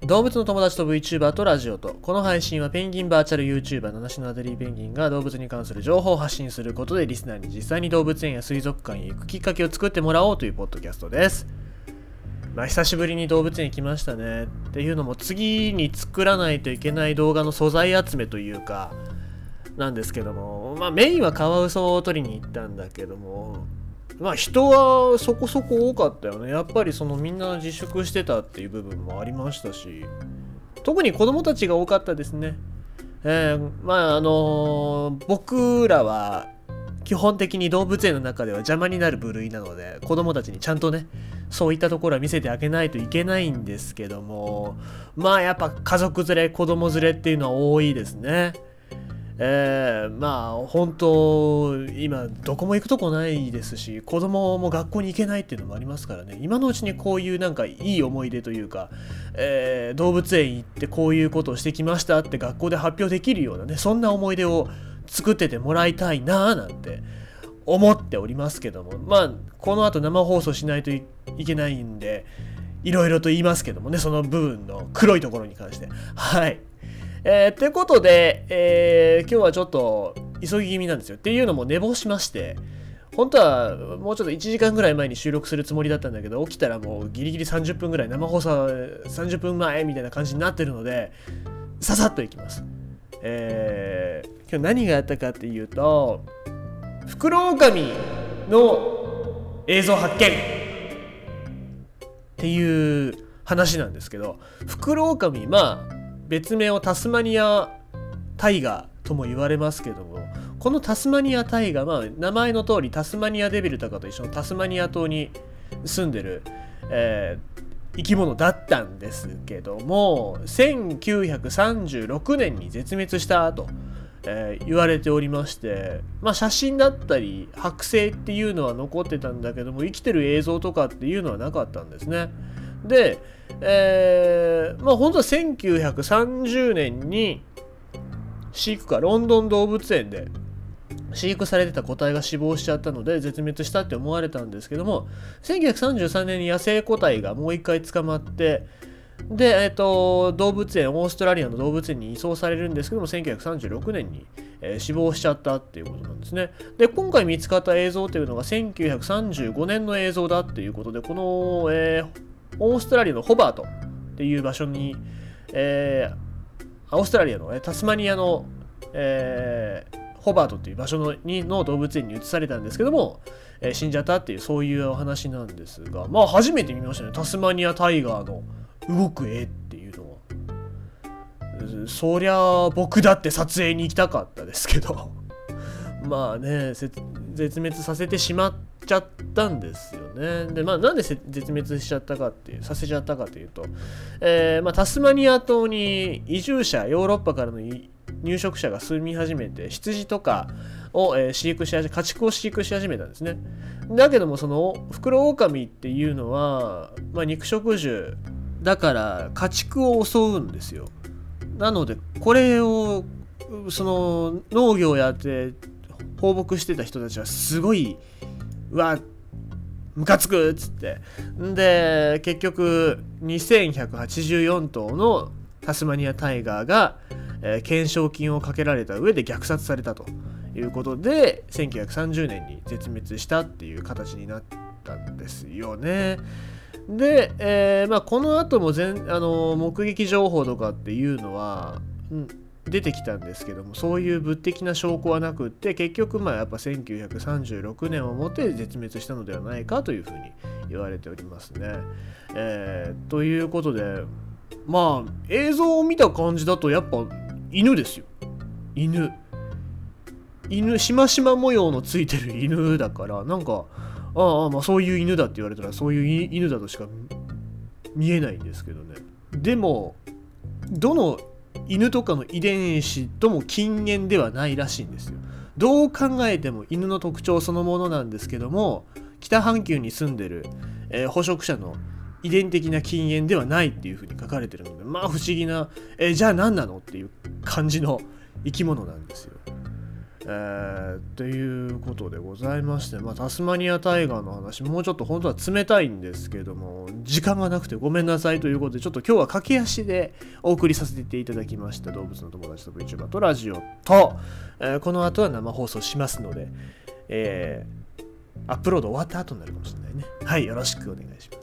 動物の友達と VTuber とラジオと、この配信はペンギンバーチャル YouTuber 七種のアデリーペンギンが動物に関する情報を発信することでリスナーに実際に動物園や水族館へ行くきっかけを作ってもらおうというポッドキャストです。久しぶりに動物園行きましたね。っていうのも次に作らないといけない動画の素材集めというかなんですけども、メインはカワウソを取りに行ったんだけども、人はそこそこ多かったよね。やっぱりみんな自粛してたっていう部分もありましたし、特に子供たちが多かったですね。僕らは基本的に動物園の中では邪魔になる部類なので、子供たちにちゃんとね、そういったところは見せてあげないといけないんですけども、やっぱ家族連れ、子供連れっていうのは多いですね。本当今どこも行くとこないですし、子供も学校に行けないっていうのもありますからね。今のうちにこういういい思い出というか、動物園行ってこういうことをしてきましたって学校で発表できるようなね、そんな思い出を作っててもらいたいなーなんて思っておりますけども、この後生放送しないと いけないんでいろいろと言いますけどもね、その部分の黒いところに関してってことで、今日はちょっと急ぎ気味なんですよ。っていうのも寝坊しまして、本当はもうちょっと1時間ぐらい前に収録するつもりだったんだけど、起きたらもうギリギリ30分ぐらい、生放送30分前みたいな感じになってるので、ささっといきます。今日何があったかっていうと、フクロオオカミの映像発見っていう話なんですけど、フクロオオカミ、別名をタスマニアタイガーとも言われますけども、このタスマニアタイガー、名前の通りタスマニアデビルタカと一緒のタスマニア島に住んでる、生き物だったんですけども、1936年に絶滅したと、言われておりまして、写真だったり剥製っていうのは残ってたんだけども、生きてる映像とかっていうのはなかったんですね。で、本当は1930年に飼育下ロンドン動物園で飼育されてた個体が死亡しちゃったので絶滅したって思われたんですけども、1933年に野生個体がもう一回捕まって、で、動物園、オーストラリアの動物園に移送されるんですけども、1936年に、死亡しちゃったっていうことなんですね。で、今回見つかった映像というのが1935年の映像だっていうことで、この、オーストラリアのホバートっていう場所に、オーストラリアの、タスマニアの、ホバートっていう場所の動物園に移されたんですけども、死んじゃったっていうそういうお話なんですが、初めて見ましたね。タスマニアタイガーの動く絵っていうのは。そりゃ僕だって撮影に行きたかったですけど絶滅させてしまっちゃったんですよね。で、なんで絶滅しちゃったかっていうさせちゃったかというと、タスマニア島に移住者、ヨーロッパからの入植者が住み始めて、羊とかを、家畜を飼育し始めたんですね。だけどもそのフクロオオカミっていうのは、肉食獣だから家畜を襲うんですよ。なのでこれを農業やって放牧してた人たちはすごいムカつくっつって、で結局2184頭のタスマニアタイガーが、懸賞金をかけられた上で虐殺されたということで、1930年に絶滅したっていう形になったんですよね。で、この後も目撃情報とかっていうのは、出てきたんですけども、そういう物的な証拠はなくって、結局やっぱ1936年をもって絶滅したのではないかというふうに言われておりますね。ということで、映像を見た感じだとやっぱ犬ですよ。犬しましま模様のついてる犬だから、そういう犬だって言われたらそういう犬だとしか見えないんですけどね。でもどの犬とかの遺伝子とも近縁ではないらしいんですよ。どう考えても犬の特徴そのものなんですけども、北半球に住んでる、捕食者の遺伝的な近縁ではないっていう風に書かれてるので、不思議な、じゃあ何なのっていう感じの生き物なんですよ。 ということでございまして、タスマニアタイガーの話もうちょっと本当は冷たいんですけども時間がなくてごめんなさいということでちょっと今日は駆け足でお送りさせていただきました動物の友達と VTuber とラジオと、この後は生放送しますので、アップロード終わった後になるかもしれないね。はい、よろしくお願いします。